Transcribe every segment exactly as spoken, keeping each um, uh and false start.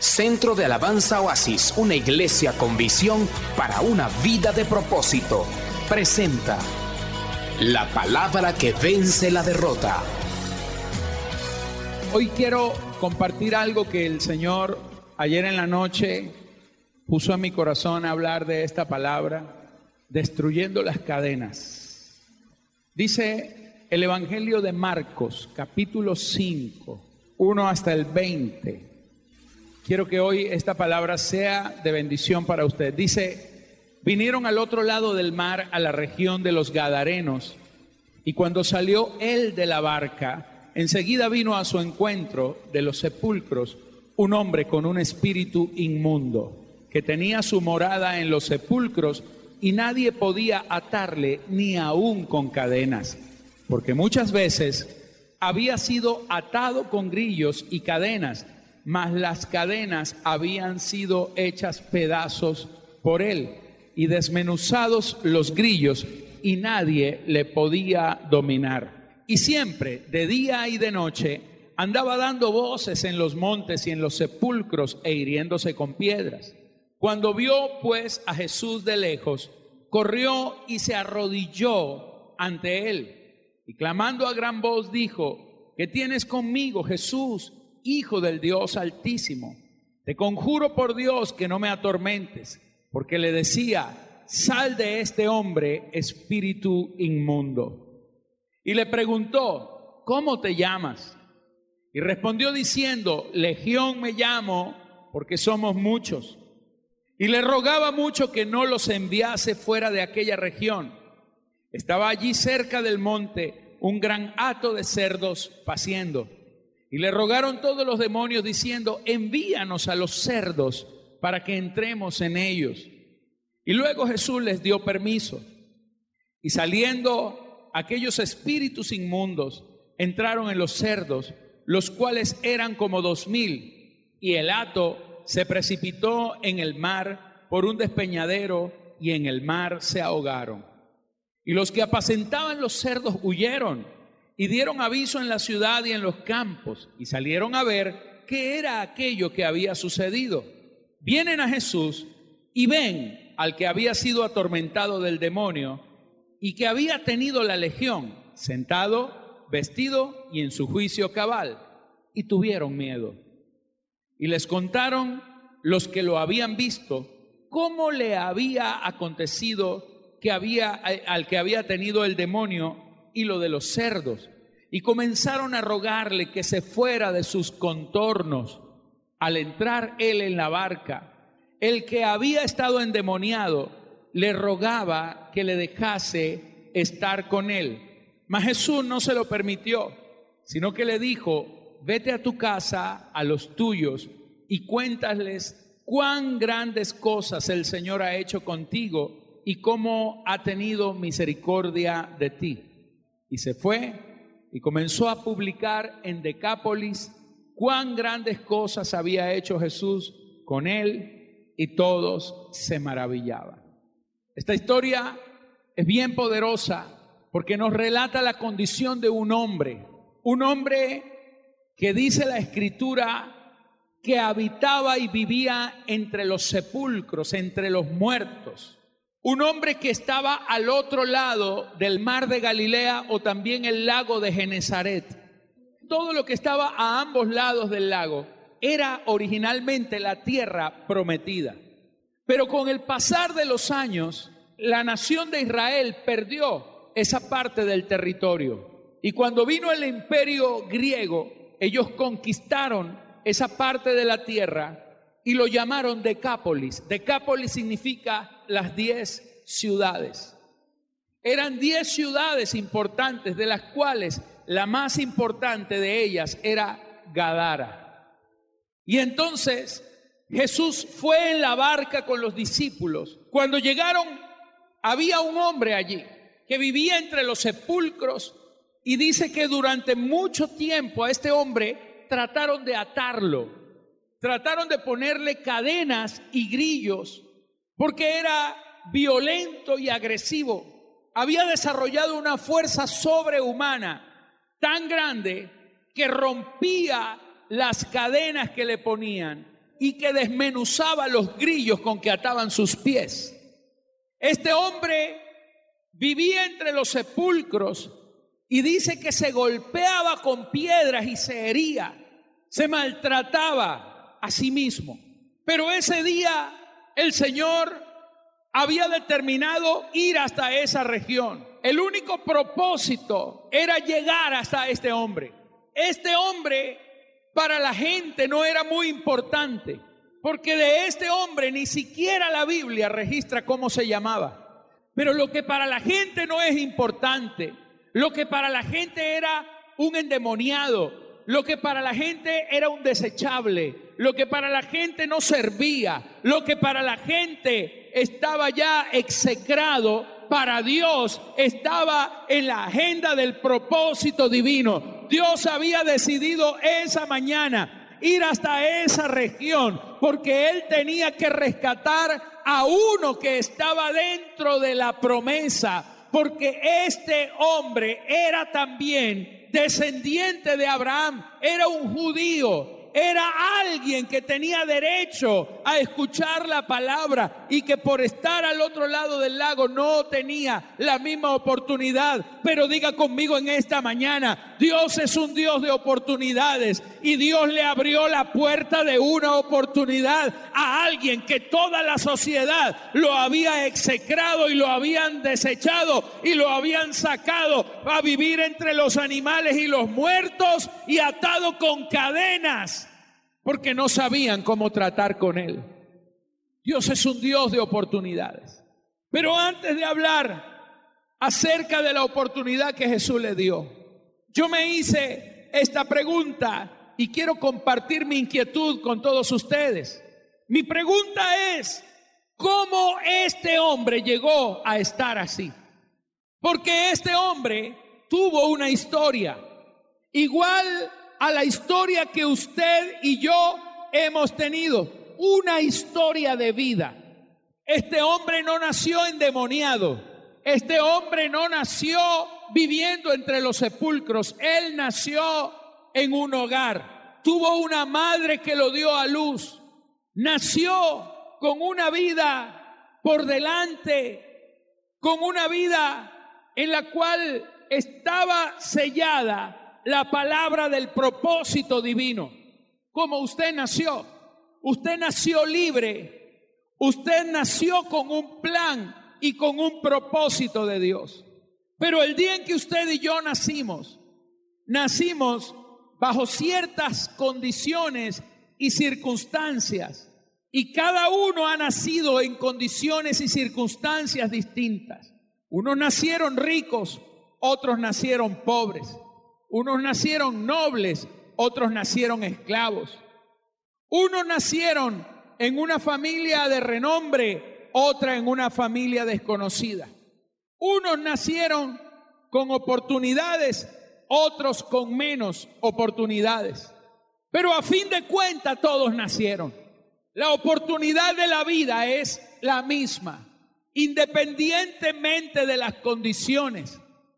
Centro de Alabanza Oasis, una iglesia con visión para una vida de propósito, presenta la palabra que vence la derrota. Hoy quiero compartir algo que el Señor ayer en la noche puso en mi corazón a hablar de esta palabra, destruyendo las cadenas. Dice el Evangelio de Marcos, capítulo cinco, uno hasta el veinte. Quiero que hoy esta palabra sea de bendición para usted. Dice: vinieron al otro lado del mar, a la región de los Gadarenos, y cuando salió él de la barca, enseguida vino a su encuentro de los sepulcros un hombre con un espíritu inmundo, que tenía su morada en los sepulcros, y nadie podía atarle ni aún con cadenas, porque muchas veces había sido atado con grillos y cadenas, mas las cadenas habían sido hechas pedazos por él, y desmenuzados los grillos, y nadie le podía dominar. Y siempre, de día y de noche, andaba dando voces en los montes y en los sepulcros, e hiriéndose con piedras. Cuando vio pues a Jesús de lejos, corrió y se arrodilló ante él, y clamando a gran voz dijo: ¿qué tienes conmigo, Jesús, Hijo del Dios Altísimo? Te conjuro por Dios que no me atormentes. Porque le decía: sal de este hombre, espíritu inmundo. Y le preguntó: ¿cómo te llamas? Y respondió diciendo: Legión me llamo, porque somos muchos. Y le rogaba mucho que no los enviase fuera de aquella región. Estaba allí cerca del monte un gran hato de cerdos paciendo. Y le rogaron todos los demonios diciendo: envíanos a los cerdos para que entremos en ellos. Y luego Jesús les dio permiso. Y saliendo aquellos espíritus inmundos, entraron en los cerdos, los cuales eran como dos mil. Y el hato se precipitó en el mar por un despeñadero, y en el mar se ahogaron. Y los que apacentaban los cerdos huyeron, y dieron aviso en la ciudad y en los campos, y salieron a ver qué era aquello que había sucedido. Vienen a Jesús y ven al que había sido atormentado del demonio y que había tenido la legión, sentado, vestido y en su juicio cabal, y tuvieron miedo. Y les contaron los que lo habían visto cómo le había acontecido que había, al que había tenido el demonio y lo de los cerdos, y comenzaron a rogarle que se fuera de sus contornos. Al entrar él en la barca, el que había estado endemoniado le rogaba que le dejase estar con él, mas Jesús no se lo permitió, sino que le dijo: vete a tu casa, a los tuyos, y cuéntales cuán grandes cosas el Señor ha hecho contigo y cómo ha tenido misericordia de ti. Y se fue y comenzó a publicar en Decápolis cuán grandes cosas había hecho Jesús con él, y todos se maravillaban. Esta historia es bien poderosa porque nos relata la condición de un hombre, un hombre que dice la Escritura que habitaba y vivía entre los sepulcros, entre los muertos. Un hombre que estaba al otro lado del mar de Galilea, o también el lago de Genezaret. Todo lo que estaba a ambos lados del lago era originalmente la tierra prometida. Pero con el pasar de los años, la nación de Israel perdió esa parte del territorio. Y cuando vino el imperio griego, ellos conquistaron esa parte de la tierra y lo llamaron Decápolis. Decápolis significa las diez ciudades. Eran diez ciudades importantes, de las cuales la más importante de ellas era Gadara. Y entonces Jesús fue en la barca con los discípulos. Cuando llegaron, había un hombre allí que vivía entre los sepulcros, y dice que durante mucho tiempo a este hombre trataron de atarlo. Trataron de ponerle cadenas y grillos porque era violento y agresivo. Había desarrollado una fuerza sobrehumana tan grande que rompía las cadenas que le ponían y que desmenuzaba los grillos con que ataban sus pies. Este hombre vivía entre los sepulcros y dice que se golpeaba con piedras y se hería, se maltrataba a sí mismo. Pero ese día el Señor había determinado ir hasta esa región. El único propósito era llegar hasta este hombre. Este hombre para la gente no era muy importante, porque de este hombre ni siquiera la Biblia registra cómo se llamaba. Pero lo que para la gente no es importante, lo que para la gente era un endemoniado, lo que para la gente era un desechable, lo que para la gente no servía, lo que para la gente estaba ya execrado, para Dios estaba en la agenda del propósito divino. Dios había decidido esa mañana ir hasta esa región porque Él tenía que rescatar a uno que estaba dentro de la promesa, porque este hombre era también descendiente de Abraham, era un judío. Era alguien que tenía derecho a escuchar la palabra y que por estar al otro lado del lago no tenía la misma oportunidad. Pero diga conmigo en esta mañana, Dios es un Dios de oportunidades y Dios le abrió la puerta de una oportunidad a alguien que toda la sociedad lo había execrado y lo habían desechado y lo habían sacado a vivir entre los animales y los muertos y atado con cadenas, porque no sabían cómo tratar con él. Dios es un Dios de oportunidades. Pero antes de hablar acerca de la oportunidad que Jesús le dio, yo me hice esta pregunta y quiero compartir mi inquietud con todos ustedes. Mi pregunta es, ¿cómo este hombre llegó a estar así? Porque este hombre tuvo una historia igual a la historia que usted y yo hemos tenido, una historia de vida. Este hombre no nació endemoniado, este hombre no nació viviendo entre los sepulcros, él nació en un hogar, tuvo una madre que lo dio a luz, nació con una vida por delante, con una vida en la cual estaba sellada la palabra del propósito divino. Como usted nació, usted nació libre, usted nació con un plan y con un propósito de Dios. Pero el día en que usted y yo nacimos, nacimos bajo ciertas condiciones y circunstancias, y cada uno ha nacido en condiciones y circunstancias distintas. Unos nacieron ricos, otros nacieron pobres. Unos nacieron nobles, otros nacieron esclavos. Unos nacieron en una familia de renombre, otra en una familia desconocida. Unos nacieron con oportunidades, otros con menos oportunidades. Pero a fin de cuentas todos nacieron. La oportunidad de la vida es la misma, independientemente de las condiciones.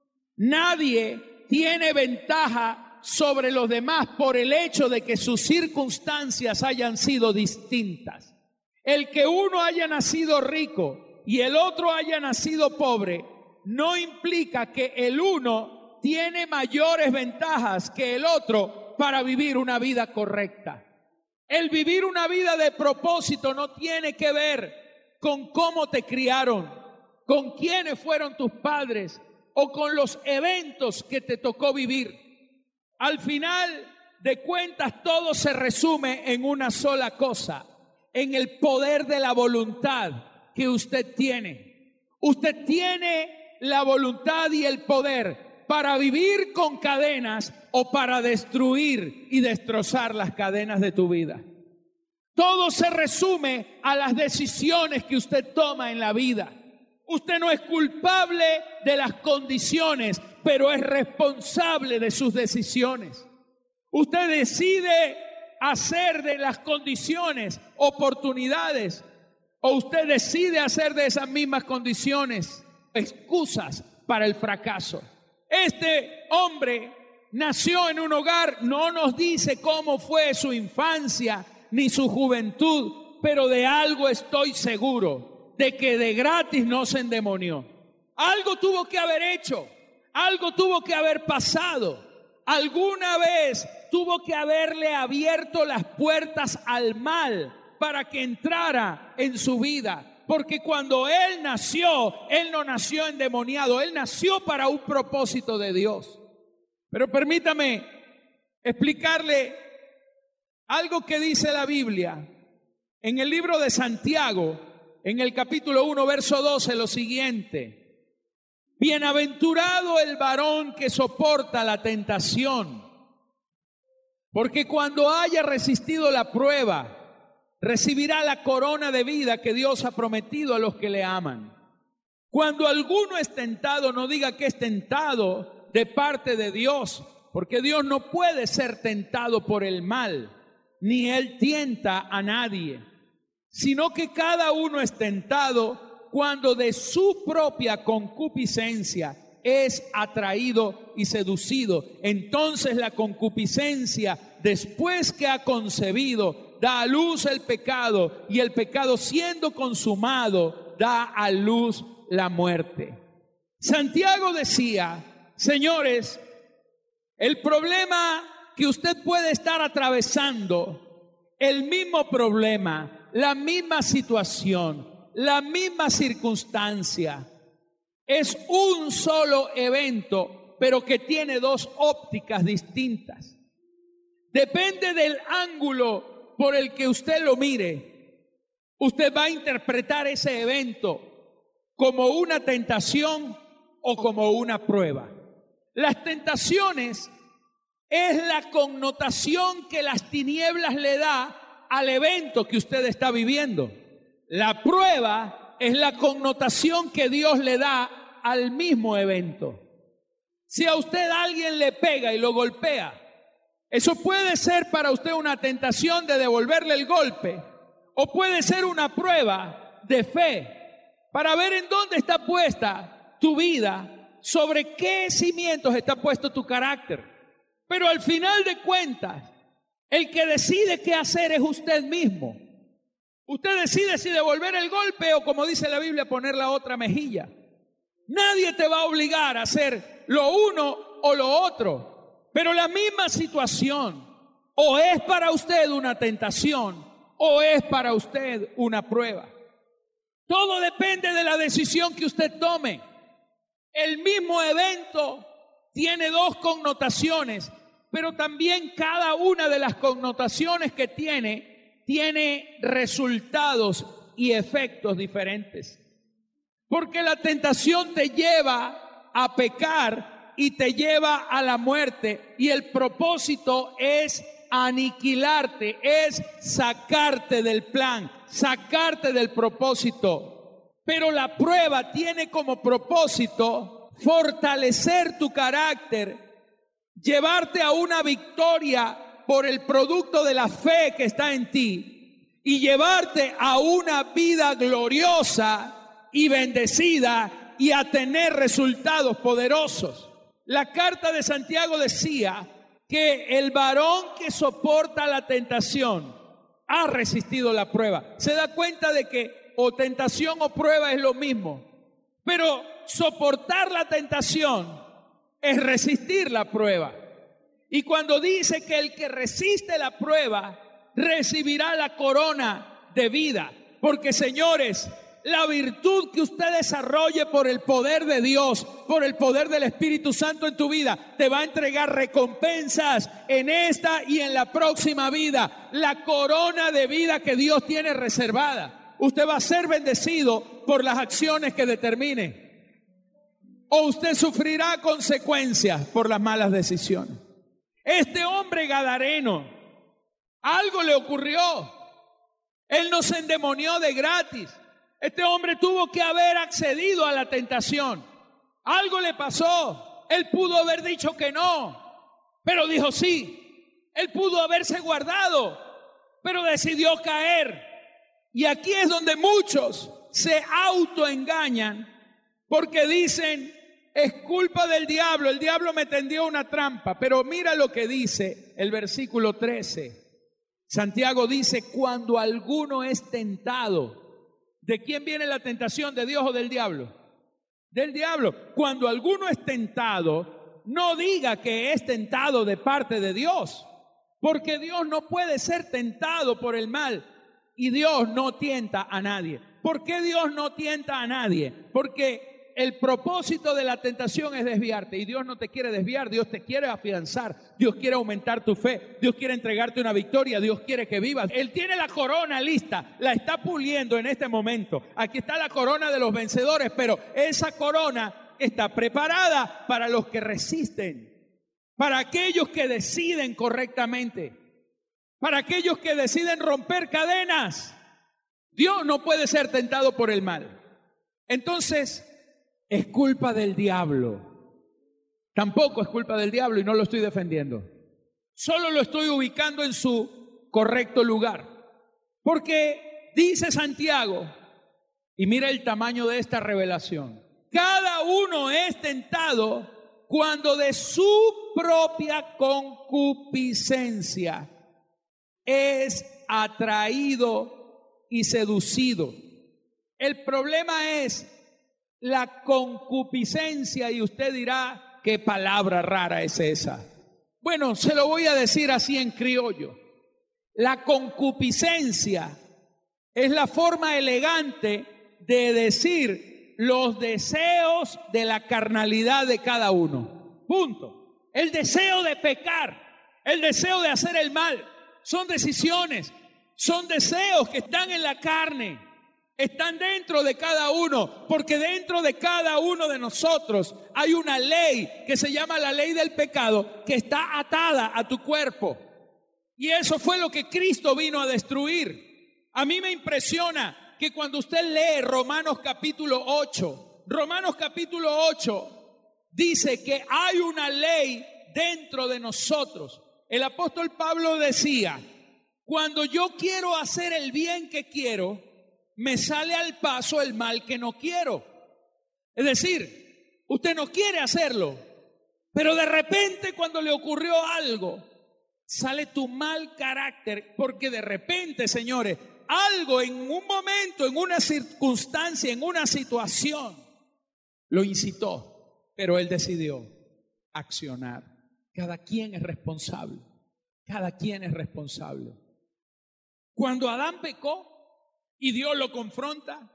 Nadie tiene ventaja sobre los demás por el hecho de que sus circunstancias hayan sido distintas. El que uno haya nacido rico y el otro haya nacido pobre no implica que el uno tiene mayores ventajas que el otro para vivir una vida correcta. El vivir una vida de propósito no tiene que ver con cómo te criaron, con quiénes fueron tus padres o con los eventos que te tocó vivir. Al final de cuentas, todo se resume en una sola cosa, en el poder de la voluntad que usted tiene. Usted tiene la voluntad y el poder para vivir con cadenas o para destruir y destrozar las cadenas de tu vida. Todo se resume a las decisiones que usted toma en la vida. Usted no es culpable de las condiciones, pero es responsable de sus decisiones. Usted decide hacer de las condiciones oportunidades, o usted decide hacer de esas mismas condiciones excusas para el fracaso. Este hombre nació en un hogar, no nos dice cómo fue su infancia, ni su juventud, pero de algo estoy seguro, de que de gratis no se endemonió. Algo tuvo que haber hecho, algo tuvo que haber pasado. Alguna vez tuvo que haberle abierto las puertas al mal para que entrara en su vida. Porque cuando él nació, él no nació endemoniado, él nació para un propósito de Dios. Pero permítame explicarle algo que dice la Biblia. En el libro de Santiago, en el capítulo uno, verso doce, lo siguiente: bienaventurado el varón que soporta la tentación, porque cuando haya resistido la prueba, recibirá la corona de vida que Dios ha prometido a los que le aman. Cuando alguno es tentado, no diga que es tentado de parte de Dios, porque Dios no puede ser tentado por el mal, ni Él tienta a nadie, sino que cada uno es tentado cuando de su propia concupiscencia es atraído y seducido. Entonces la concupiscencia, después que ha concebido, da a luz el pecado, y el pecado, siendo consumado, da a luz la muerte. Santiago decía: señores, el problema que usted puede estar atravesando, el mismo problema, la misma situación, la misma circunstancia, es un solo evento, pero que tiene dos ópticas distintas. Depende del ángulo por el que usted lo mire, usted va a interpretar ese evento como una tentación o como una prueba. Las tentaciones es la connotación que las tinieblas le da al evento que usted está viviendo. La prueba es la connotación que Dios le da al mismo evento. Si a usted alguien le pega y lo golpea, eso puede ser para usted una tentación de devolverle el golpe, o puede ser una prueba de fe para ver en dónde está puesta tu vida, sobre qué cimientos está puesto tu carácter. Pero al final de cuentas, el que decide qué hacer es usted mismo. Usted decide si devolver el golpe o, como dice la Biblia, poner la otra mejilla. Nadie te va a obligar a hacer lo uno o lo otro, pero la misma situación o es para usted una tentación o es para usted una prueba. Todo depende de la decisión que usted tome. El mismo evento tiene dos connotaciones, pero también cada una de las connotaciones que tiene tiene resultados y efectos diferentes. Porque la tentación te lleva a pecar y te lleva a la muerte, y el propósito es aniquilarte, es sacarte del plan, sacarte del propósito. Pero la prueba tiene como propósito fortalecer tu carácter, llevarte a una victoria por el producto de la fe que está en ti, y llevarte a una vida gloriosa y bendecida y a tener resultados poderosos. La carta de Santiago decía que el varón que soporta la tentación ha resistido la prueba. Se da cuenta de que o tentación o prueba es lo mismo, pero soportar la tentación es resistir la prueba. Y cuando dice que el que resiste la prueba recibirá la corona de vida, porque, señores, la virtud que usted desarrolle por el poder de Dios, por el poder del Espíritu Santo en tu vida, te va a entregar recompensas en esta y en la próxima vida. La corona de vida que Dios tiene reservada. Usted va a ser bendecido por las acciones que determine, o usted sufrirá consecuencias por las malas decisiones. Este hombre gadareno, algo le ocurrió. Él no se endemonió de gratis. Este hombre tuvo que haber accedido a la tentación. Algo le pasó. Él pudo haber dicho que no, pero dijo sí. Él pudo haberse guardado, pero decidió caer. Y aquí es donde muchos se autoengañan, porque dicen: es culpa del diablo, el diablo me tendió una trampa. Pero mira lo que dice el versículo trece. Santiago dice, cuando alguno es tentado, ¿de quién viene la tentación? ¿De Dios o del diablo? Del diablo. Cuando alguno es tentado, no diga que es tentado de parte de Dios, porque Dios no puede ser tentado por el mal y Dios no tienta a nadie. ¿Por qué Dios no tienta a nadie? Porque el propósito de la tentación es desviarte y Dios no te quiere desviar, Dios te quiere afianzar, Dios quiere aumentar tu fe, Dios quiere entregarte una victoria, Dios quiere que vivas. Él tiene la corona lista, la está puliendo en este momento. Aquí está la corona de los vencedores, pero esa corona está preparada para los que resisten, para aquellos que deciden correctamente, para aquellos que deciden romper cadenas. Dios no puede ser tentado por el mal. Entonces, es culpa del diablo. Tampoco es culpa del diablo y no lo estoy defendiendo. Solo lo estoy ubicando en su correcto lugar. Porque dice Santiago, y mira el tamaño de esta revelación, cada uno es tentado cuando de su propia concupiscencia es atraído y seducido. El problema es la concupiscencia y usted dirá, ¿qué palabra rara es esa? Bueno, se lo voy a decir así en criollo. La concupiscencia es la forma elegante de decir los deseos de la carnalidad de cada uno. Punto. El deseo de pecar, el deseo de hacer el mal, son decisiones. Son deseos que están en la carne, están dentro de cada uno, porque dentro de cada uno de nosotros hay una ley que se llama la ley del pecado, que está atada a tu cuerpo. Y eso fue lo que Cristo vino a destruir. A mí me impresiona que cuando usted lee Romanos capítulo ocho, Romanos capítulo ocho dice que hay una ley dentro de nosotros. El apóstol Pablo decía, cuando yo quiero hacer el bien que quiero, me sale al paso el mal que no quiero. Es decir, usted no quiere hacerlo, pero de repente cuando le ocurrió algo, sale tu mal carácter, porque de repente, señores, algo en un momento, en una circunstancia, en una situación, lo incitó, pero él decidió accionar. Cada quien es responsable, cada quien es responsable. Cuando Adán pecó y Dios lo confronta,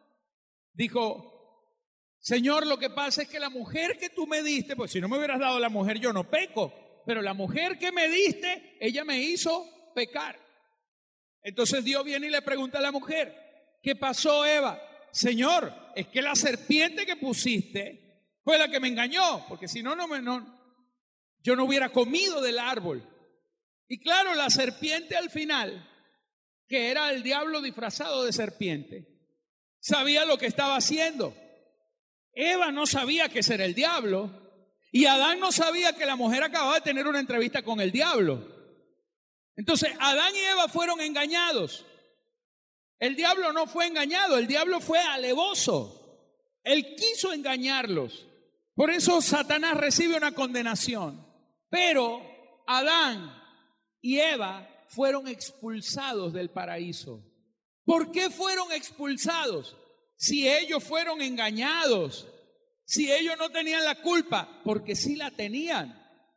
dijo, Señor, lo que pasa es que la mujer que tú me diste, pues si no me hubieras dado la mujer yo no peco, pero la mujer que me diste, ella me hizo pecar. Entonces Dios viene y le pregunta a la mujer, ¿qué pasó, Eva? Señor, es que la serpiente que pusiste fue la que me engañó, porque si no, no, me, no yo no hubiera comido del árbol. Y claro, la serpiente al final, que era el diablo disfrazado de serpiente, sabía lo que estaba haciendo. Eva no sabía que ese era el diablo y Adán no sabía que la mujer acababa de tener una entrevista con el diablo. Entonces Adán y Eva fueron engañados. El diablo no fue engañado, el diablo fue alevoso. Él quiso engañarlos. Por eso Satanás recibe una condenación. Pero Adán y Eva fueron expulsados del paraíso. ¿Por qué fueron expulsados? Si ellos fueron engañados, si ellos no tenían la culpa, porque sí la tenían.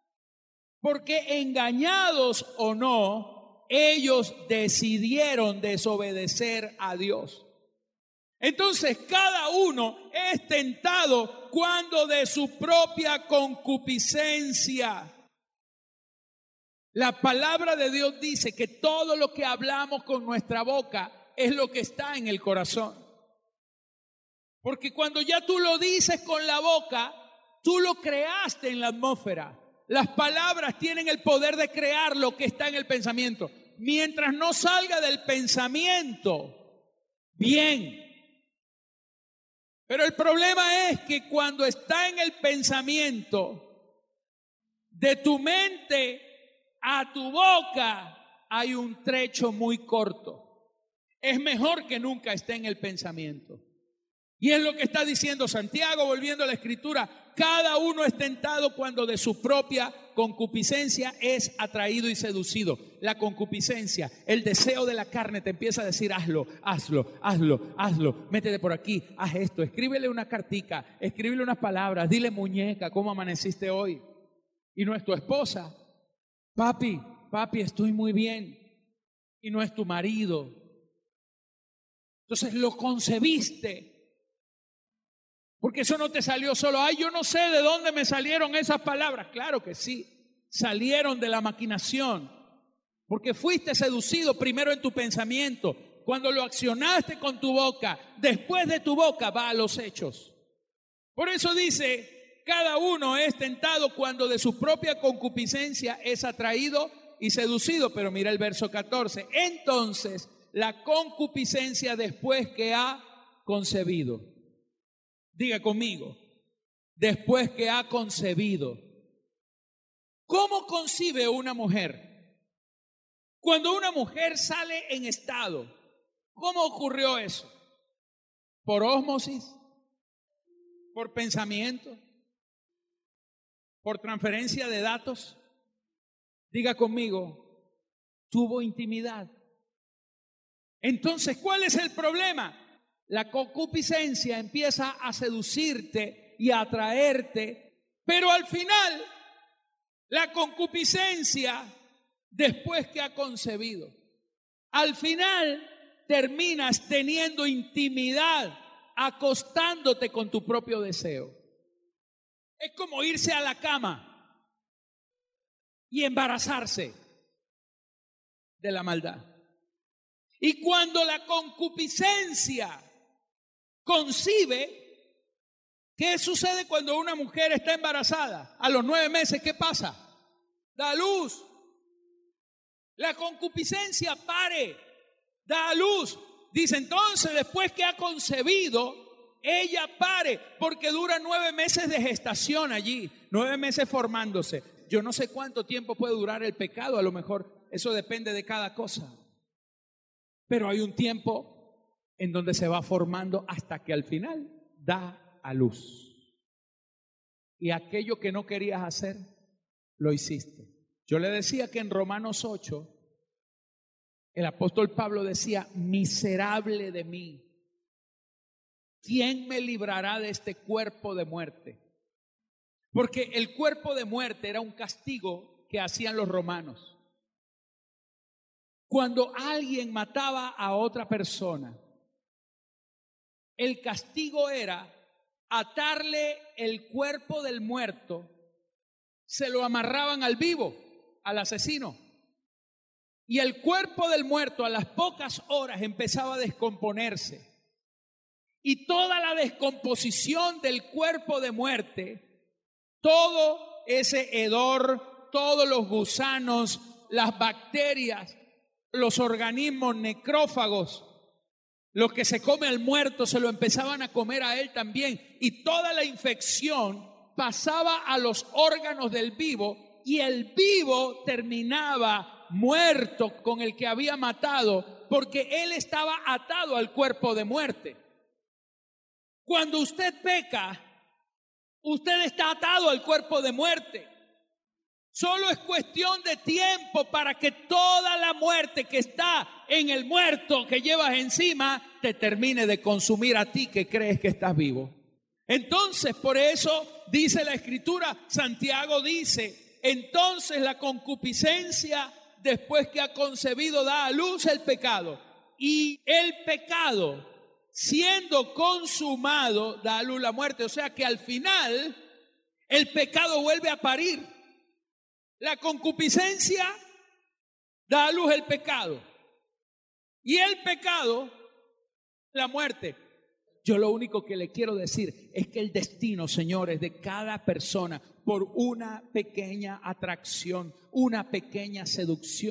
Porque engañados o no, ellos decidieron desobedecer a Dios. Entonces cada uno es tentado cuando de su propia concupiscencia. La palabra de Dios dice que todo lo que hablamos con nuestra boca es lo que está en el corazón. Porque cuando ya tú lo dices con la boca, tú lo creaste en la atmósfera. Las palabras tienen el poder de crear lo que está en el pensamiento. Mientras no salga del pensamiento, bien. Pero el problema es que cuando está en el pensamiento, de tu mente a tu boca hay un trecho muy corto. Es mejor que nunca esté en el pensamiento. Y es lo que está diciendo Santiago, volviendo a la Escritura. Cada uno es tentado cuando de su propia concupiscencia es atraído y seducido. La concupiscencia, el deseo de la carne te empieza a decir: hazlo, hazlo, hazlo, hazlo, métete por aquí, haz esto, escríbele una cartica, escríbele unas palabras, dile: muñeca, ¿cómo amaneciste hoy? Y no es tu esposa. Papi, papi, estoy muy bien. Y no es tu marido. Entonces lo concebiste. Porque eso no te salió solo. Ay, yo no sé de dónde me salieron esas palabras. Claro que sí, salieron de la maquinación. Porque fuiste seducido primero en tu pensamiento. Cuando lo accionaste con tu boca, después de tu boca va a los hechos. Por eso dice: cada uno es tentado cuando de su propia concupiscencia es atraído y seducido. Pero mira el verso catorce. Entonces, la concupiscencia después que ha concebido. Diga conmigo: después que ha concebido. ¿Cómo concibe una mujer? Cuando una mujer sale en estado, ¿cómo ocurrió eso? ¿Por ósmosis? ¿Por pensamiento? ¿Por transferencia de datos? Diga conmigo: tuvo intimidad. Entonces, ¿cuál es el problema? La concupiscencia empieza a seducirte y a atraerte, pero al final, la concupiscencia, después que ha concebido, al final terminas teniendo intimidad, acostándote con tu propio deseo. Es como irse a la cama y embarazarse de la maldad. Y cuando la concupiscencia concibe, ¿qué sucede cuando una mujer está embarazada? A los nueve meses, ¿qué pasa? Da a luz. La concupiscencia pare, da a luz. Dice entonces, después que ha concebido, ella pare, porque dura nueve meses de gestación allí, nueve meses formándose. Yo no sé cuánto tiempo puede durar el pecado, a lo mejor eso depende de cada cosa. Pero hay un tiempo en donde se va formando hasta que al final da a luz. Y aquello que no querías hacer, lo hiciste. Yo le decía que en Romanos ocho, el apóstol Pablo decía: miserable de mí, ¿quién me librará de este cuerpo de muerte? Porque el cuerpo de muerte era un castigo que hacían los romanos. Cuando alguien mataba a otra persona, el castigo era atarle el cuerpo del muerto, se lo amarraban al vivo, al asesino. Y el cuerpo del muerto a las pocas horas empezaba a descomponerse. Y toda la descomposición del cuerpo de muerte, todo ese hedor, todos los gusanos, las bacterias, los organismos necrófagos, lo que se come al muerto se lo empezaban a comer a él también, y toda la infección pasaba a los órganos del vivo, y el vivo terminaba muerto con el que había matado, porque él estaba atado al cuerpo de muerte. Cuando usted peca, usted está atado al cuerpo de muerte. Solo es cuestión de tiempo para que toda la muerte que está en el muerto que llevas encima te termine de consumir a ti que crees que estás vivo. Entonces, por eso dice la Escritura, Santiago dice: entonces la concupiscencia, después que ha concebido, da a luz el pecado. Y el pecado, siendo consumado, da a luz la muerte. O sea que al final el pecado vuelve a parir. La concupiscencia da a luz el pecado. Y el pecado, la muerte. Yo lo único que le quiero decir es que el destino, señores, de cada persona, por una pequeña atracción, una pequeña seducción,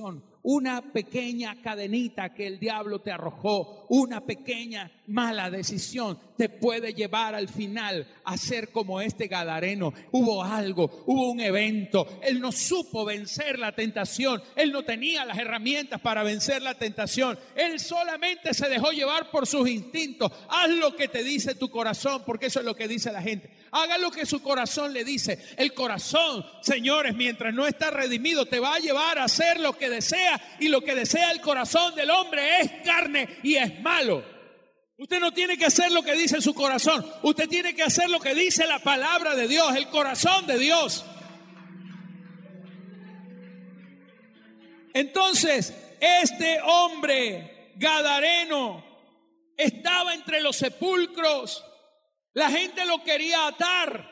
una pequeña cadenita que el diablo te arrojó, una pequeña mala decisión te puede llevar al final a ser como este gadareno. Hubo algo, hubo un evento. Él no supo vencer la tentación. Él no tenía las herramientas para vencer la tentación. Él solamente se dejó llevar por sus instintos. Haz lo que te dice tu corazón, porque eso es lo que dice la gente. Haga lo que su corazón le dice. El corazón, señores, mientras no está redimido, te va a llevar a hacer lo que desea, y lo que desea el corazón del hombre es carne y es malo. Usted no tiene que hacer lo que dice su corazón. Usted tiene que hacer lo que dice la palabra de Dios, el corazón de Dios. Entonces, este hombre gadareno estaba entre los sepulcros. La gente lo quería atar.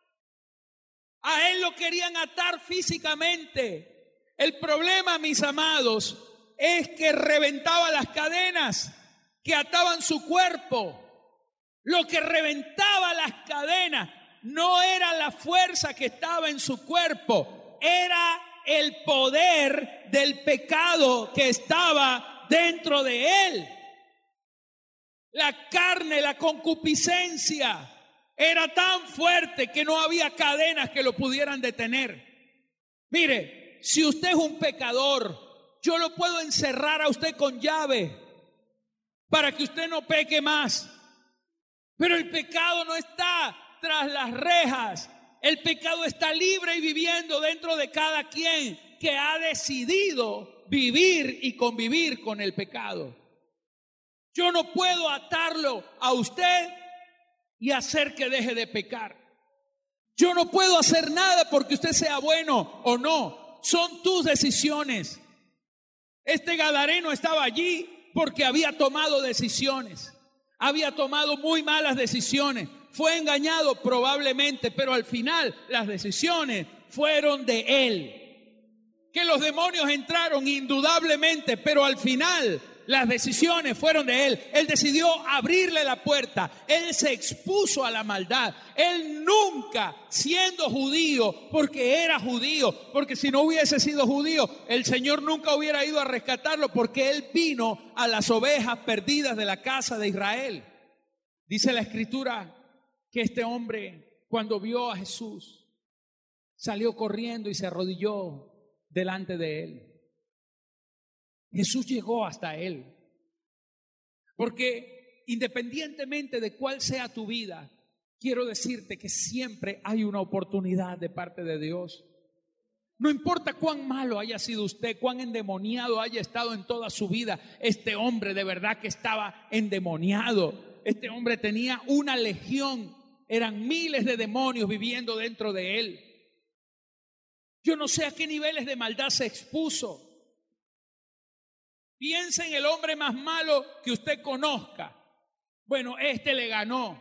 A él lo querían atar físicamente. El problema, mis amados, es que reventaba las cadenas que ataban su cuerpo. Lo que reventaba las cadenas no era la fuerza que estaba en su cuerpo, era el poder del pecado que estaba dentro de él. La carne, la concupiscencia era tan fuerte que no había cadenas que lo pudieran detener. Mire, si usted es un pecador, yo lo puedo encerrar a usted con llave para que usted no peque más. Pero el pecado no está tras las rejas. El pecado está libre y viviendo dentro de cada quien que ha decidido vivir y convivir con el pecado. Yo no puedo atarlo a usted y hacer que deje de pecar. Yo no puedo hacer nada porque usted sea bueno o no. Son tus decisiones. Este gadareno estaba allí porque había tomado decisiones. Había tomado muy malas decisiones. Fue engañado probablemente, pero al final las decisiones fueron de él. Que los demonios entraron indudablemente, pero al final las decisiones fueron de él. Él decidió abrirle la puerta. Él se expuso a la maldad. Él nunca, siendo judío, porque era judío, porque si no hubiese sido judío, el Señor nunca hubiera ido a rescatarlo, porque él vino a las ovejas perdidas de la casa de Israel. Dice la Escritura que este hombre, cuando vio a Jesús, salió corriendo y se arrodilló delante de él. Jesús llegó hasta él. Porque independientemente de cuál sea tu vida, quiero decirte que siempre hay una oportunidad de parte de Dios. No importa cuán malo haya sido usted, cuán endemoniado haya estado en toda su vida. Este hombre de verdad que estaba endemoniado. Este hombre tenía una legión. Eran miles de demonios viviendo dentro de él. Yo no sé a qué niveles de maldad se expuso. Piensa en el hombre más malo que usted conozca. Bueno, este le ganó.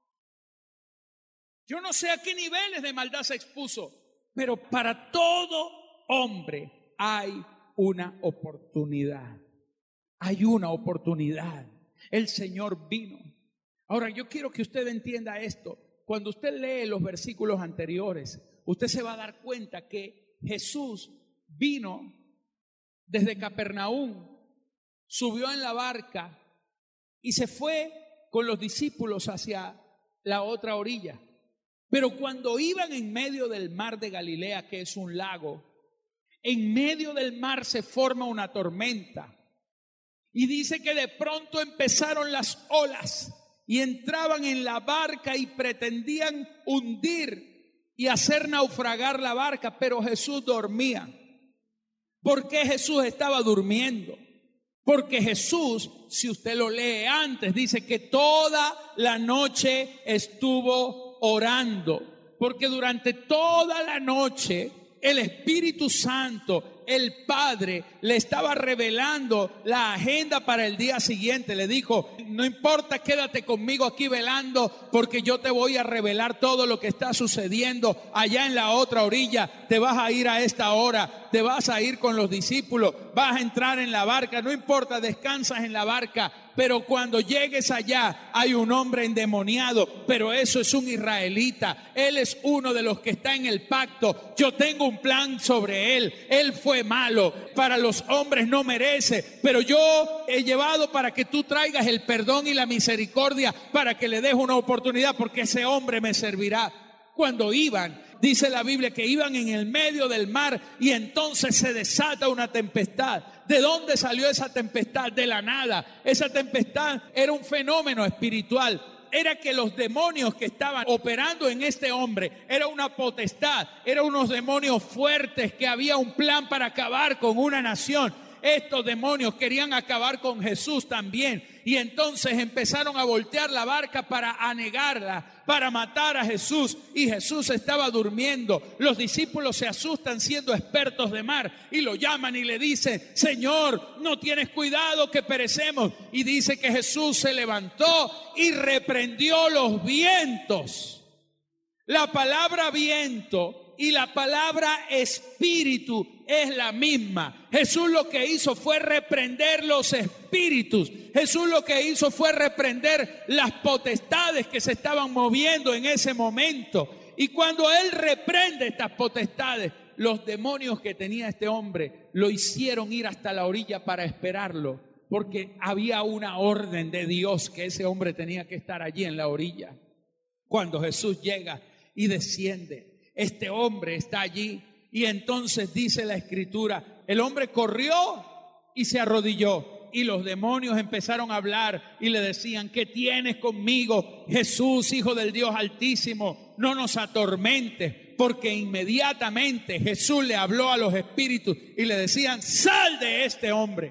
Yo no sé a qué niveles de maldad se expuso, pero para todo hombre hay una oportunidad. Hay una oportunidad. El Señor vino. Ahora, yo quiero que usted entienda esto. Cuando usted lee los versículos anteriores, usted se va a dar cuenta que Jesús vino desde Capernaum, subió en la barca y se fue con los discípulos hacia la otra orilla. Pero cuando iban en medio del mar de Galilea, que es un lago, en medio del mar se forma una tormenta. Y dice que de pronto empezaron las olas y entraban en la barca y pretendían hundir y hacer naufragar la barca, pero Jesús dormía. ¿Por qué Jesús estaba durmiendo? Porque Jesús, si usted lo lee antes, dice que toda la noche estuvo orando. Porque durante toda la noche el Espíritu Santo, el Padre, le estaba revelando la agenda para el día siguiente. Le dijo, no importa, quédate conmigo aquí velando, porque yo te voy a revelar todo lo que está sucediendo allá en la otra orilla. Te vas a ir a esta hora. te vas a ir con los discípulos, vas a entrar en la barca, no importa, descansas en la barca, pero cuando llegues allá hay un hombre endemoniado, pero eso es un israelita, él es uno de los que está en el pacto, yo tengo un plan sobre él, él fue malo, para los hombres no merece, pero yo he llevado para que tú traigas el perdón y la misericordia, para que le des una oportunidad, porque ese hombre me servirá. Cuando iban, dice la Biblia que iban en el medio del mar y entonces se desata una tempestad. ¿De dónde salió esa tempestad? De la nada. Esa tempestad era un fenómeno espiritual. Era que los demonios que estaban operando en este hombre, era una potestad, eran unos demonios fuertes, que había un plan para acabar con una nación. Estos demonios querían acabar con Jesús también, y entonces empezaron a voltear la barca para anegarla, para matar a Jesús, y Jesús estaba durmiendo. Los discípulos se asustan siendo expertos de mar y lo llaman y le dicen: Señor, no tienes cuidado que perecemos. Y dice que Jesús se levantó y reprendió los vientos. La palabra viento y la palabra espíritu es la misma. Jesús lo que hizo fue reprender los espíritus. Jesús lo que hizo fue reprender las potestades que se estaban moviendo en ese momento. Y cuando Él reprende estas potestades, los demonios que tenía este hombre lo hicieron ir hasta la orilla para esperarlo, porque había una orden de Dios que ese hombre tenía que estar allí en la orilla. Cuando Jesús llega y desciende, este hombre está allí, y entonces dice la Escritura, el hombre corrió y se arrodilló, y los demonios empezaron a hablar y le decían: ¿qué tienes conmigo, Jesús, Hijo del Dios Altísimo? No nos atormentes. Porque inmediatamente Jesús le habló a los espíritus y le decían: sal de este hombre.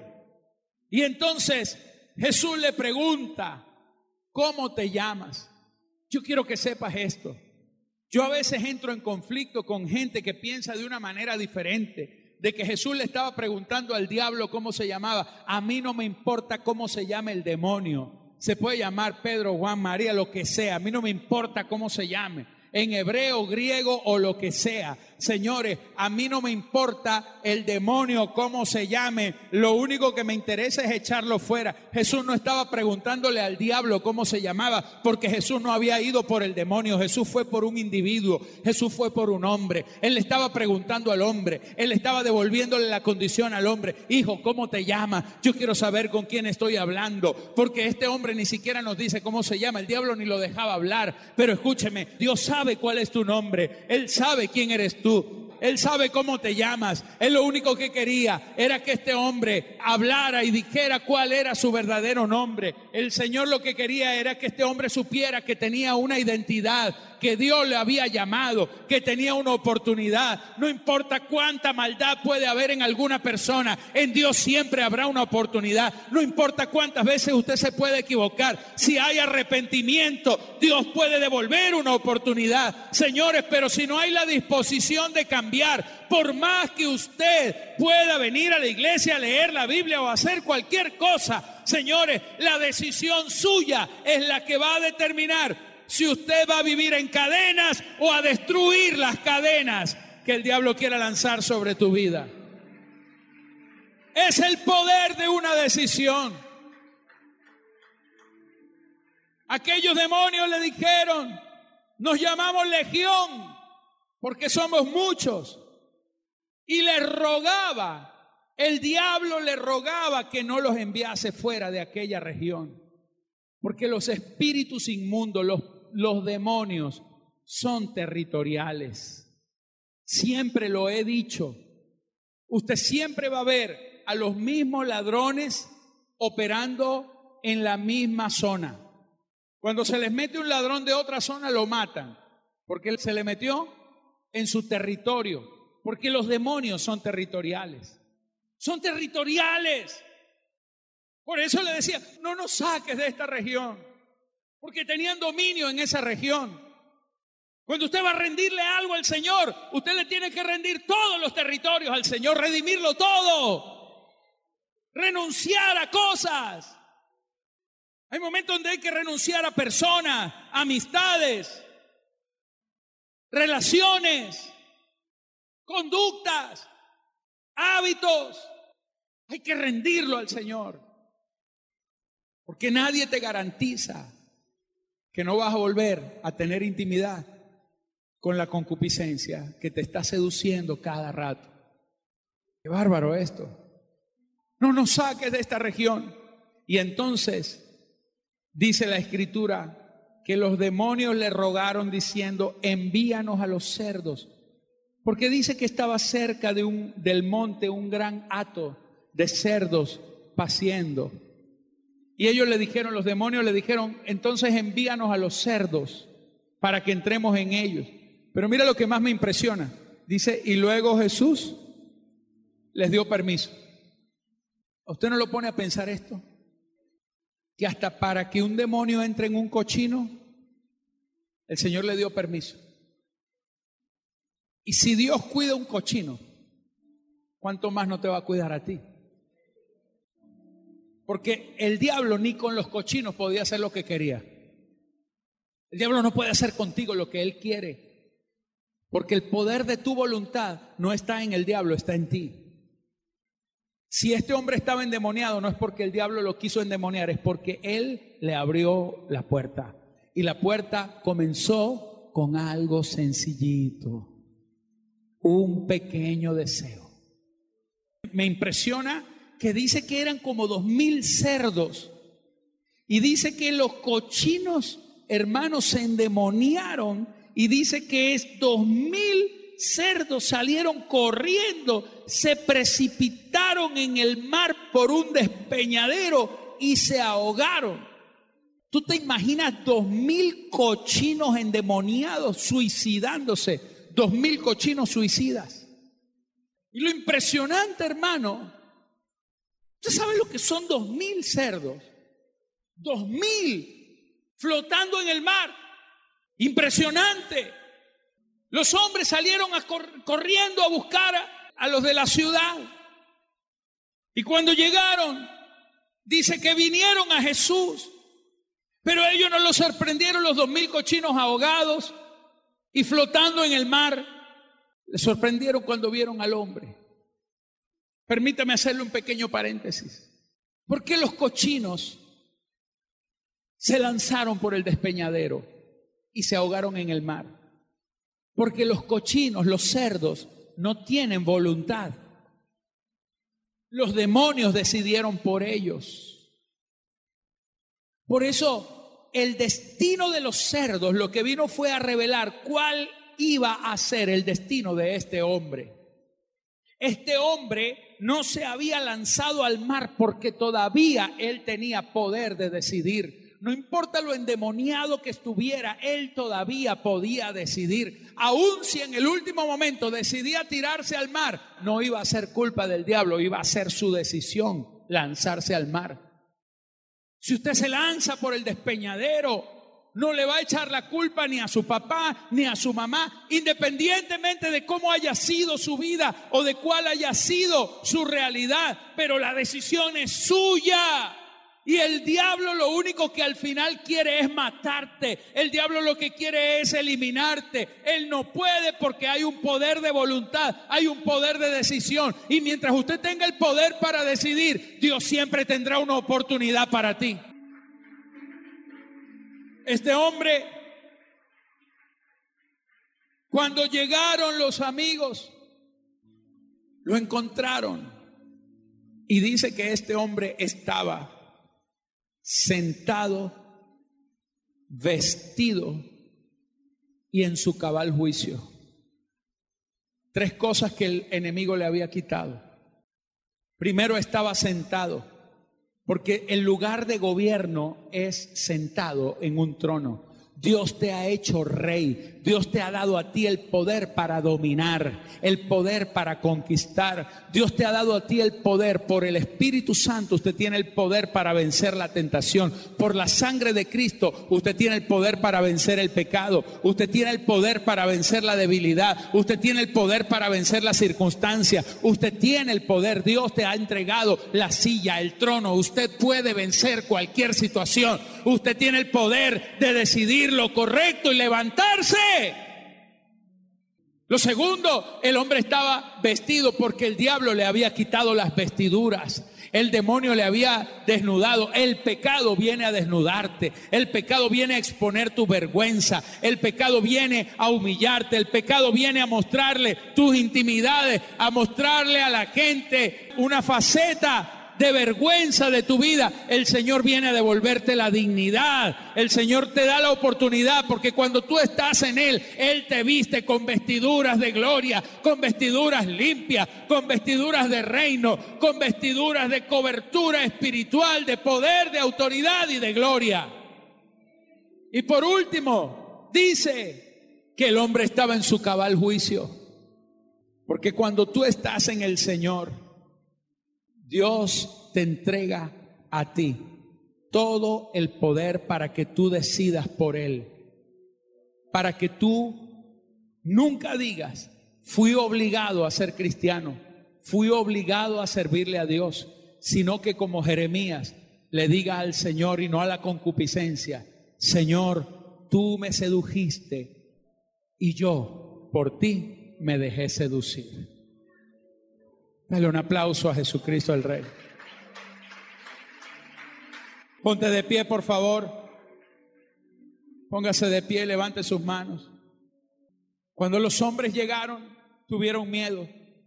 Y entonces Jesús le pregunta: ¿cómo te llamas? Yo quiero que sepas esto. Yo a veces entro en conflicto con gente que piensa de una manera diferente, de que Jesús le estaba preguntando al diablo cómo se llamaba. A mí no me importa cómo se llame el demonio. Se puede llamar Pedro, Juan, María, lo que sea. A mí no me importa cómo se llame, en hebreo, griego o lo que sea. Señores, a mí no me importa el demonio cómo se llame, lo único que me interesa es echarlo fuera. Jesús no estaba preguntándole al diablo cómo se llamaba, porque Jesús no había ido por el demonio. Jesús fue por un individuo, Jesús fue por un hombre. Él le estaba preguntando al hombre, él estaba devolviéndole la condición al hombre. Hijo, ¿cómo te llamas? Yo quiero saber con quién estoy hablando, porque este hombre ni siquiera nos dice cómo se llama. El diablo ni lo dejaba hablar. Pero escúcheme, Dios sabe cuál es tu nombre, Él sabe quién eres tú. Él sabe cómo te llamas. Él lo único que quería era que este hombre hablara y dijera cuál era su verdadero nombre. El Señor lo que quería era que este hombre supiera que tenía una identidad, que Dios le había llamado, que tenía una oportunidad. No importa cuánta maldad puede haber en alguna persona, en Dios siempre habrá una oportunidad. No importa cuántas veces usted se puede equivocar, si hay arrepentimiento, Dios puede devolver una oportunidad. Señores, pero si no hay la disposición de cambiar, por más que usted pueda venir a la iglesia a leer la Biblia o hacer cualquier cosa, señores, la decisión suya es la que va a determinar si usted va a vivir en cadenas o a destruir las cadenas que el diablo quiera lanzar sobre tu vida. Es el poder de una decisión. Aquellos demonios le dijeron: nos llamamos Legión porque somos muchos. Y le rogaba, el diablo le rogaba que no los enviase fuera de aquella región. Porque los espíritus inmundos, los, los demonios, son territoriales. Siempre lo he dicho. Usted siempre va a ver a los mismos ladrones operando en la misma zona. Cuando se les mete un ladrón de otra zona, lo matan, porque él se le metió en su territorio, porque los demonios son territoriales. Son territoriales. Por eso le decía: no nos saques de esta región, porque tenían dominio en esa región. Cuando usted va a rendirle algo al Señor, usted le tiene que rendir todos los territorios al Señor, redimirlo todo, renunciar a cosas. Hay momentos donde hay que renunciar a personas, amistades, relaciones, conductas. hábitos. Hay que rendirlo al Señor. Porque nadie te garantiza que no vas a volver a tener intimidad con la concupiscencia que te está seduciendo cada rato. Qué bárbaro esto. No nos saques de esta región. Y entonces dice la Escritura que los demonios le rogaron diciendo: envíanos a los cerdos. Porque dice que estaba cerca de un, del monte un gran hato de cerdos paciendo. Y ellos le dijeron, los demonios le dijeron: entonces envíanos a los cerdos para que entremos en ellos. Pero mira lo que más me impresiona. Dice: y luego Jesús les dio permiso. ¿A usted no lo pone a pensar esto? Que hasta para que un demonio entre en un cochino, el Señor le dio permiso. Y si Dios cuida un cochino, ¿cuánto más no te va a cuidar a ti? Porque el diablo ni con los cochinos podía hacer lo que quería. El diablo no puede hacer contigo lo que él quiere. Porque el poder de tu voluntad no está en el diablo, está en ti. Si este hombre estaba endemoniado, no es porque el diablo lo quiso endemoniar, es porque él le abrió la puerta. Y la puerta comenzó con algo sencillito. Un pequeño deseo. Me impresiona que dice que eran como dos mil cerdos. Y dice que los cochinos, hermanos, se endemoniaron. Y dice que es dos mil cerdos salieron corriendo, se precipitaron en el mar por un despeñadero y se ahogaron. ¿Tú te imaginas dos mil cochinos endemoniados suicidándose? Dos mil cochinos suicidas. Y lo impresionante, hermano, ¿usted sabe lo que son dos mil cerdos? Dos mil flotando en el mar. Impresionante. Los hombres salieron a cor- corriendo a buscar a, a los de la ciudad. Y cuando llegaron, dice que vinieron a Jesús. Pero ellos no los sorprendieron, los dos mil cochinos ahogados y flotando en el mar. Les sorprendieron cuando vieron al hombre. Permítame hacerle un pequeño paréntesis. ¿Por qué los cochinos se lanzaron por el despeñadero y se ahogaron en el mar? Porque los cochinos, los cerdos, no tienen voluntad. Los demonios decidieron por ellos. Por eso, el destino de los cerdos, lo que vino fue a revelar cuál iba a ser el destino de este hombre. Este hombre no se había lanzado al mar porque todavía él tenía poder de decidir. No importa lo endemoniado que estuviera, él todavía podía decidir. Aun si en el último momento decidía tirarse al mar, no iba a ser culpa del diablo, iba a ser su decisión lanzarse al mar. Si usted se lanza por el despeñadero, no le va a echar la culpa ni a su papá ni a su mamá, independientemente de cómo haya sido su vida o de cuál haya sido su realidad, pero la decisión es suya. Y el diablo lo único que al final quiere es matarte. El diablo lo que quiere es eliminarte. Él no puede porque hay un poder de voluntad, hay un poder de decisión. Y mientras usted tenga el poder para decidir, Dios siempre tendrá una oportunidad para ti. Este hombre, cuando llegaron los amigos, lo encontraron. Y dice que este hombre estaba sentado, vestido y en su cabal juicio. Tres cosas que el enemigo le había quitado. Primero, estaba sentado, porque el lugar de gobierno es sentado en un trono. Dios te ha hecho rey. Dios te ha dado a ti el poder para dominar, el poder para conquistar. Dios te ha dado a ti el poder. Por el Espíritu Santo usted tiene el poder para vencer la tentación. Por la sangre de Cristo usted tiene el poder para vencer el pecado. Usted tiene el poder para vencer la debilidad. Usted tiene el poder para vencer la circunstancia. Usted tiene el poder. Dios te ha entregado la silla, el trono. Usted puede vencer cualquier situación. Usted tiene el poder de decidir lo correcto y levantarse. Lo segundo, el hombre estaba vestido porque el diablo le había quitado las vestiduras. El demonio le había desnudado. El pecado viene a desnudarte. El pecado viene a exponer tu vergüenza. El pecado viene a humillarte. El pecado viene a mostrarle tus intimidades, a mostrarle a la gente una faceta de vergüenza de tu vida. El Señor viene a devolverte la dignidad. El Señor te da la oportunidad, porque cuando tú estás en Él, Él te viste con vestiduras de gloria, con vestiduras limpias, con vestiduras de reino, con vestiduras de cobertura espiritual, de poder, de autoridad y de gloria. Y por último, dice que el hombre estaba en su cabal juicio, porque cuando tú estás en el Señor, Dios te entrega a ti todo el poder para que tú decidas por Él, para que tú nunca digas, fui obligado a ser cristiano, fui obligado a servirle a Dios, sino que como Jeremías le diga al Señor y no a la concupiscencia, Señor, tú me sedujiste y yo por ti me dejé seducir. Dale un aplauso a Jesucristo el Rey. Ponte de pie, por favor. Póngase de pie, levante sus manos. Cuando los hombres llegaron, tuvieron miedo.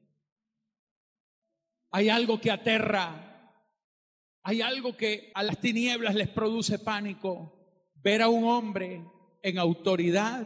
Hay algo que aterra. Hay algo que a las tinieblas les produce pánico. Ver a un hombre en autoridad,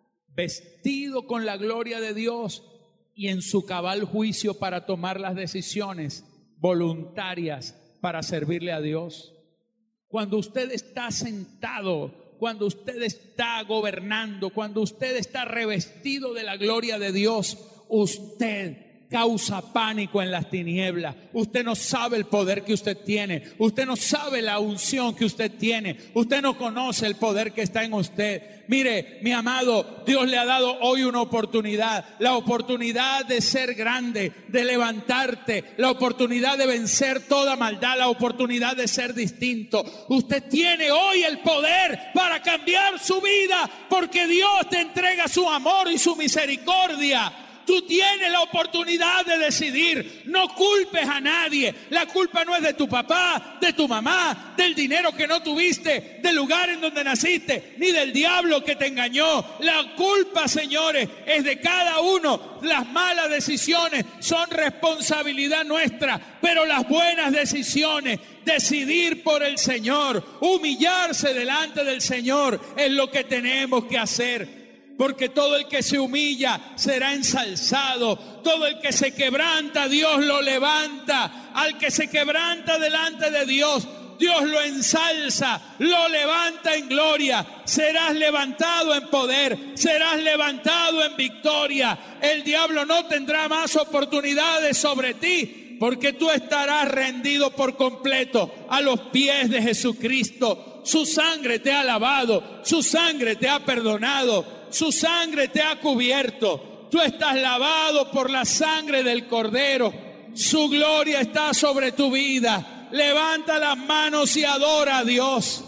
vestido con la gloria de Dios y en su cabal juicio para tomar las decisiones voluntarias para servirle a Dios. Cuando usted está sentado, cuando usted está gobernando, cuando usted está revestido de la gloria de Dios, usted causa pánico en las tinieblas. Usted no sabe el poder que usted tiene. Usted no sabe la unción que usted tiene. Usted no conoce el poder que está en usted. Mire, mi amado, Dios le ha dado hoy una oportunidad. La oportunidad de ser grande, de levantarte, la oportunidad de vencer toda maldad, la oportunidad de ser distinto. Usted tiene hoy el poder para cambiar su vida, porque Dios te entrega su amor y su misericordia. Tú tienes la oportunidad de decidir. No culpes a nadie. La culpa no es de tu papá, de tu mamá, del dinero que no tuviste, del lugar en donde naciste, ni del diablo que te engañó. La culpa, señores, es de cada uno. Las malas decisiones son responsabilidad nuestra, pero las buenas decisiones, decidir por el Señor, humillarse delante del Señor, es lo que tenemos que hacer. Porque todo el que se humilla será ensalzado. Todo el que se quebranta, Dios lo levanta. Al que se quebranta delante de Dios, Dios lo ensalza, lo levanta en gloria. Serás levantado en poder, serás levantado en victoria. El diablo no tendrá más oportunidades sobre ti, porque tú estarás rendido por completo a los pies de Jesucristo. Su sangre te ha lavado, su sangre te ha perdonado. Su sangre te ha cubierto. Tú estás lavado por la sangre del Cordero. Su gloria está sobre tu vida. Levanta las manos y adora a Dios.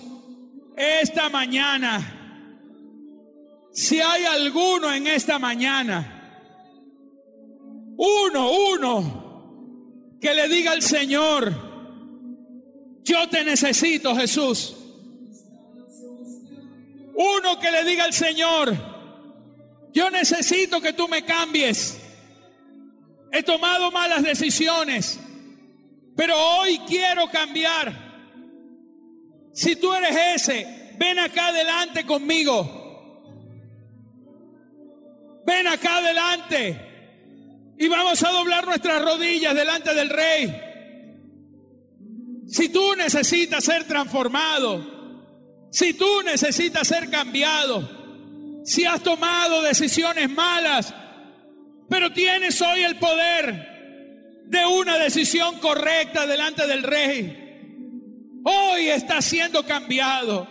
Esta mañana, si hay alguno en esta mañana, uno, uno, que le diga al Señor, yo te necesito, Jesús. Uno que le diga al Señor, yo necesito que tú me cambies. He tomado malas decisiones, pero hoy quiero cambiar. Si tú eres ese, ven acá adelante conmigo. Ven acá adelante y vamos a doblar nuestras rodillas delante del Rey. Si tú necesitas ser transformado, si tú necesitas ser cambiado, si has tomado decisiones malas, pero tienes hoy el poder de una decisión correcta delante del Rey, hoy estás siendo cambiado.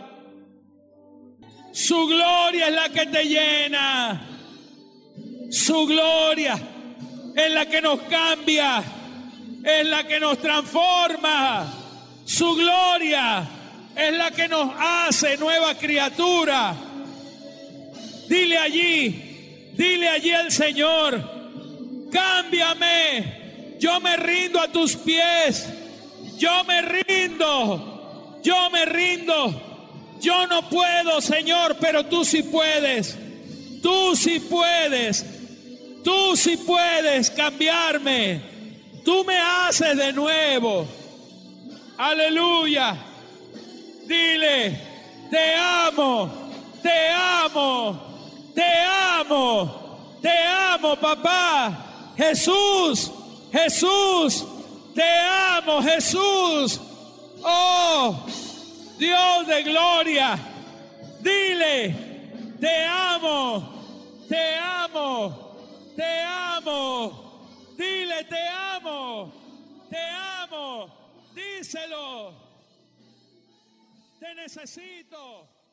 Su gloria es la que te llena. Su gloria es la que nos cambia, es la que nos transforma. Su gloria es la que nos hace nueva criatura. Dile allí, Dile allí al Señor: cámbiame, yo me rindo a tus pies, yo me rindo, yo me rindo, yo no puedo, Señor, pero tú sí puedes, tú sí puedes, tú sí puedes cambiarme, tú me haces de nuevo, aleluya. Dile: te amo, te amo, te amo, te amo, papá. Jesús, Jesús, te amo, Jesús. Oh, Dios de gloria. Dile: te amo, te amo, te amo. Dile: te amo, te amo. Díselo. Te necesito.